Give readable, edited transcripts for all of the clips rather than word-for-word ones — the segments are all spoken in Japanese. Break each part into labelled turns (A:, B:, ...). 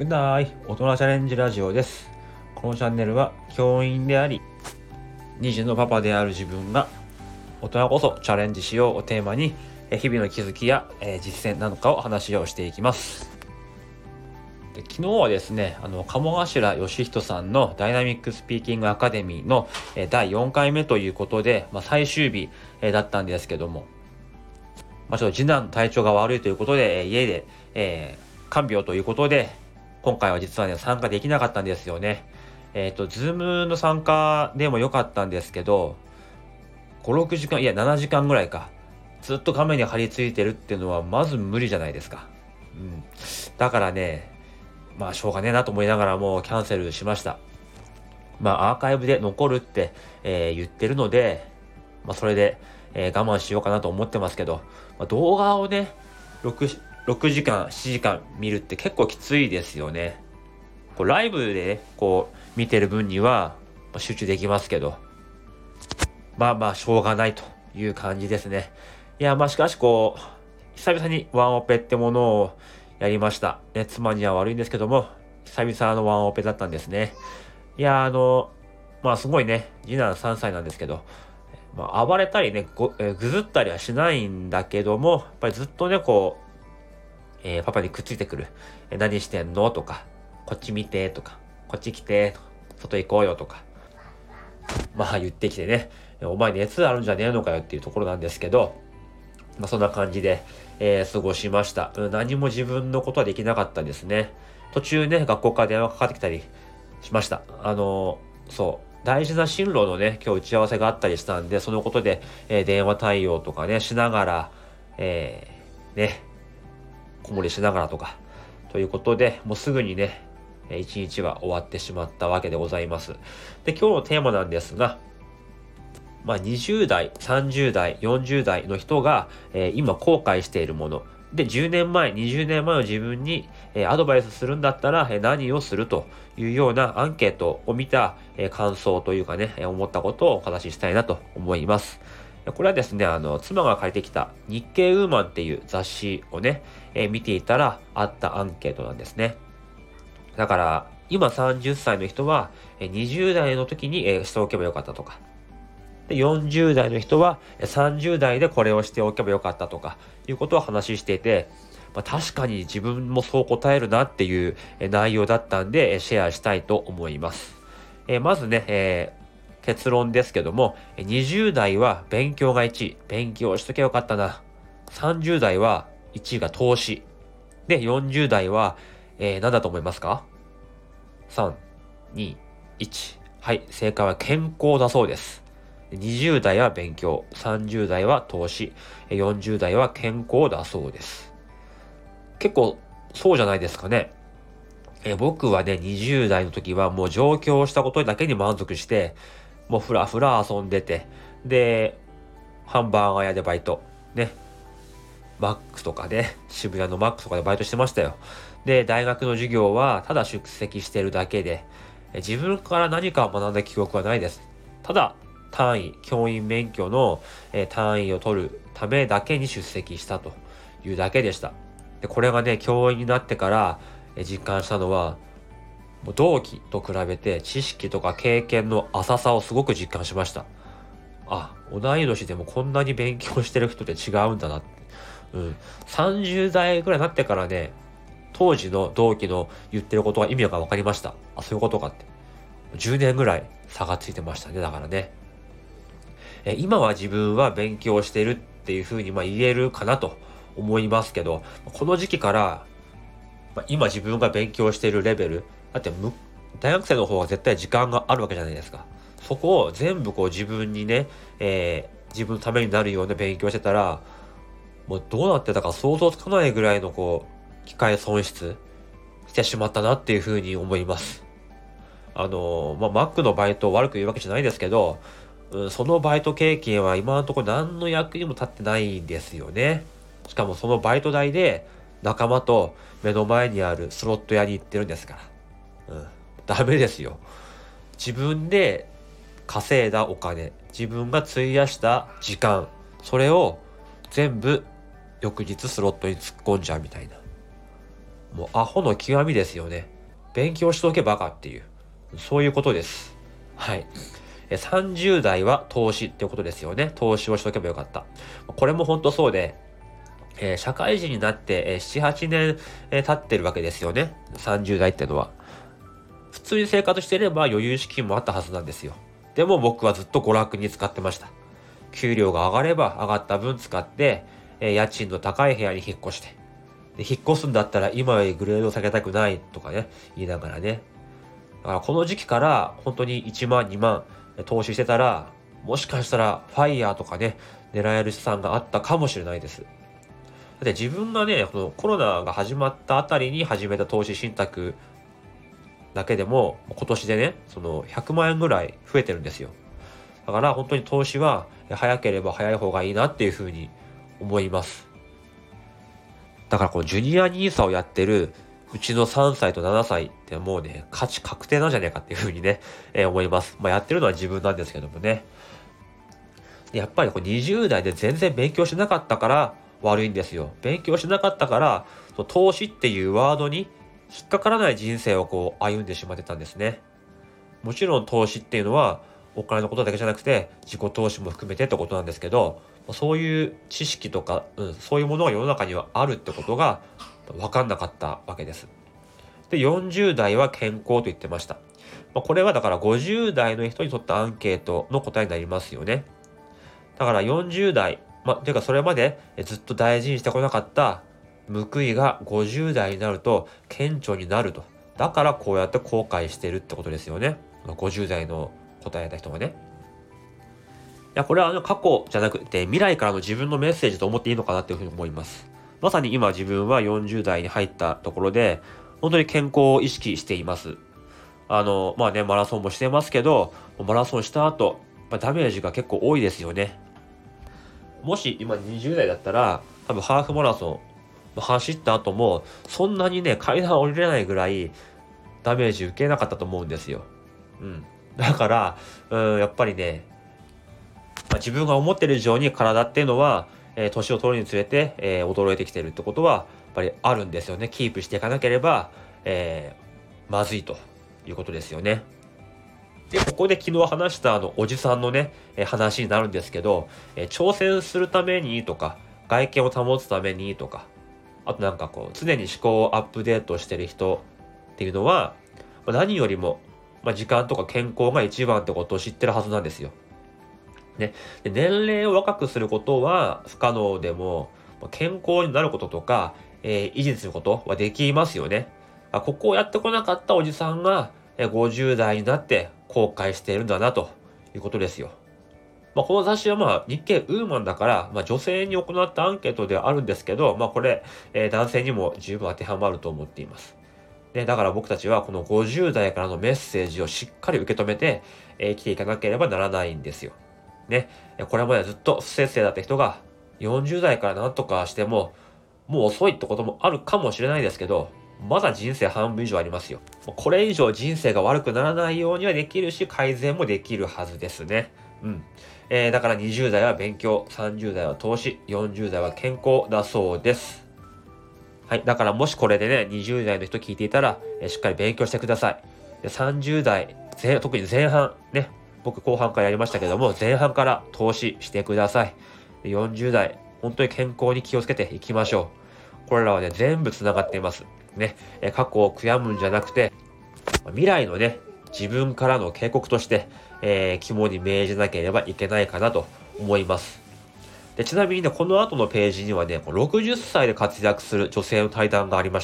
A: グッダイ大人チャレンジラジオです。このチャンネルは教員であり2児のパパである自分が大人こそチャレンジしようをテーマに日々の気づきや実践なのかを話をしていきます。で昨日はですね鴨頭義人さんのダイナミックスピーキングアカデミーの第4回目ということで、最終日だったんですけども、ちょっと次男の体調が悪いということで家で看病ということで今回は実はね参加できなかったんですよね。Zoom の参加でもよかったんですけど5、6時間7時間ぐらいかずっと画面に張り付いてるっていうのはまず無理じゃないですか。だからねしょうがねえなと思いながらもうキャンセルしました。アーカイブで残るって、言ってるのでそれで、我慢しようかなと思ってますけど、動画をね6時間7時間見るって結構きついですよね。ライブでね見てる分には集中できますけどしょうがないという感じですね。しかし久々にワンオペってものをやりました。妻には悪いんですけども久々のワンオペだったんですね。すごいね次男3歳なんですけど暴れたりねぐずったりはしないんだけどもやっぱりずっとねパパにくっついてくる。何してんのとか、こっち見てとか、こっち来てとか、外行こうよとか。言ってきてね、お前熱あるんじゃねえのかよっていうところなんですけど、そんな感じで、過ごしました。何も自分のことはできなかったんですね。途中ね、学校から電話かかってきたりしました。大事な進路のね、今日打ち合わせがあったりしたんで、そのことで、電話対応とかね、しながら、子守りしながらとかということでもうすぐにね一日は終わってしまったわけでございます。で今日のテーマなんですが20代30代40代の人が、今後悔しているもので10年前20年前の自分に、アドバイスするんだったら、何をするというようなアンケートを見た、感想というかね、思ったことをお話ししたいなと思います。これはですね、妻が書いてきた日経ウーマンっていう雑誌をね、見ていたらあったアンケートなんですね。だから、今30歳の人は、20代の時に、しておけばよかったとか、で40代の人は30代でこれをしておけばよかったとか、いうことを話していて、確かに自分もそう答えるなっていう内容だったんで、シェアしたいと思います。まずね、結論ですけども、20代は勉強が1位。勉強しとけばよかったな。30代は1位が投資。で、40代は、何だと思いますか？ 3、2、1。はい、正解は健康だそうです。20代は勉強、30代は投資、40代は健康だそうです。結構そうじゃないですかね。僕はね、20代の時はもう上京したことだけに満足して、もうふらふら遊んでて、で、ハンバーガー屋でバイト、ね、マックとかね、渋谷のマックとかでバイトしてましたよ。で、大学の授業はただ出席してるだけで、自分から何かを学んだ記憶はないです。ただ、教員免許の単位を取るためだけに出席したというだけでした。で、これがね、教員になってから実感したのは、もう同期と比べて知識とか経験の浅さをすごく実感しました。同い年でもこんなに勉強してる人って違うんだなって。30代ぐらいになってからね、当時の同期の言ってることが意味が分かりました。そういうことかって。10年ぐらい差がついてましたね。だからね。今は自分は勉強してるっていうふうに言えるかなと思いますけど、この時期から、今自分が勉強してるレベル、だって大学生の方が絶対時間があるわけじゃないですか。そこを全部自分にね、自分のためになるような勉強してたら、もうどうなってたか想像つかないぐらいの機会損失してしまったなっていうふうに思います。マックのバイトを悪く言うわけじゃないですけど、そのバイト経験は今のところ何の役にも立ってないんですよね。しかもそのバイト代で仲間と目の前にあるスロット屋に行ってるんですから。ダメですよ。自分で稼いだお金、自分が費やした時間、それを全部翌日スロットに突っ込んじゃうみたいな。 もうアホの極みですよね。勉強しとけバカっていう、そういうことです。はい。30代は投資っていうことですよね。投資をしとけばよかった。これも本当そうで、社会人になって、7、8年、経ってるわけですよね。30代ってのは。普通に生活していれば余裕資金もあったはずなんですよ。でも僕はずっと娯楽に使ってました。給料が上がれば上がった分使って、家賃の高い部屋に引っ越して。で、引っ越すんだったら今よりグレードを下げたくないとかね、言いながらね。だからこの時期から本当に1万、2万投資してたら、もしかしたらファイヤーとかね、狙える資産があったかもしれないです。だって自分がね、このコロナが始まったあたりに始めた投資信託だけでも、今年でね、その100万円ぐらい増えてるんですよ。だから本当に投資は早ければ早い方がいいなっていうふうに思います。だからこのジュニアニーサをやってるうちの3歳と7歳ってもうね、価値確定なんじゃねえかっていうふうにね、思います。やってるのは自分なんですけどもね。やっぱりこう20代で全然勉強しなかったから悪いんですよ。勉強しなかったから、投資っていうワードに引っかからない人生をこう歩んでしまってたんですね。もちろん投資っていうのはお金のことだけじゃなくて自己投資も含めてってことなんですけど、そういう知識とか、そういうものが世の中にはあるってことが分かんなかったわけです。で、40代は健康と言ってました。これはだから50代の人にとったアンケートの答えになりますよね。だから40代、というかそれまでずっと大事にしてこなかった報いが50代になると顕著になると。だからこうやって後悔してるってことですよね。50代の答えた人がね。いや、これは過去じゃなくて未来からの自分のメッセージと思っていいのかなっていうふうに思います。まさに今自分は40代に入ったところで、本当に健康を意識しています。マラソンもしてますけど、マラソンした後、ダメージが結構多いですよね。もし今20代だったら、多分ハーフマラソン、走った後も、そんなにね、階段降りれないぐらいダメージ受けなかったと思うんですよ。だから、やっぱりね、自分が思ってる以上に体っていうのは、年を取るにつれて、衰えてきてるってことは、やっぱりあるんですよね。キープしていかなければ、まずいということですよね。で、ここで昨日話したおじさんのね、話になるんですけど、挑戦するためにとか、外見を保つためにとか、あと常に思考をアップデートしてる人っていうのは、何よりも、時間とか健康が一番ってことを知ってるはずなんですよ。ね。で、年齢を若くすることは不可能でも、健康になることとか、維持することはできますよね。ここをやってこなかったおじさんが、50代になって後悔しているんだなということですよ。この雑誌は日経ウーマンだから、女性に行ったアンケートではあるんですけど、これ、男性にも十分当てはまると思っています。で、だから僕たちはこの50代からのメッセージをしっかり受け止めて、生きていかなければならないんですよ。ね。これまでずっと不摂生だった人が40代から何とかしても、もう遅いってこともあるかもしれないですけど、まだ人生半分以上ありますよ。これ以上人生が悪くならないようにはできるし、改善もできるはずですね。だから20代は勉強、30代は投資、40代は健康だそうです。はい。だからもしこれでね、20代の人聞いていたら、しっかり勉強してください。で30代、特に前半、ね、僕後半からやりましたけども、前半から投資してください。で40代、本当に健康に気をつけていきましょう。これらはね、全部繋がっています。ね、過去を悔やむんじゃなくて、未来のね、自分からの警告として、肝に銘じなければいけないかなと思います。で、ちなみにね、この後のページにはね、60歳で活躍する女性の対談がありました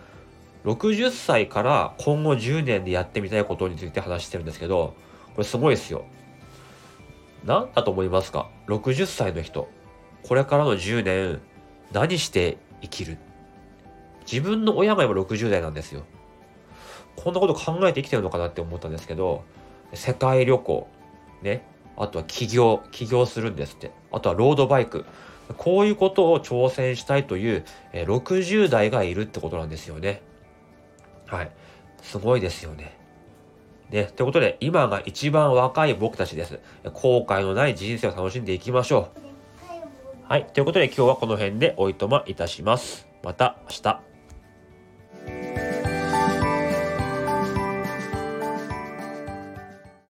A: 。60歳から今後10年でやってみたいことについて話してるんですけど、これすごいですよ。何だと思いますか？ 60 歳の人。これからの10年、何して生きる？自分の親が今60代なんですよ。こんなこと考えて生きてるのかなって思ったんですけど、世界旅行、ね。あとは起業するんですって。あとはロードバイク。こういうことを挑戦したいという、60代がいるってことなんですよね。はい。すごいですよね。ね。ということで、今が一番若い僕たちです。後悔のない人生を楽しんでいきましょう。はい。ということで、今日はこの辺でおいとまいたします。また明日。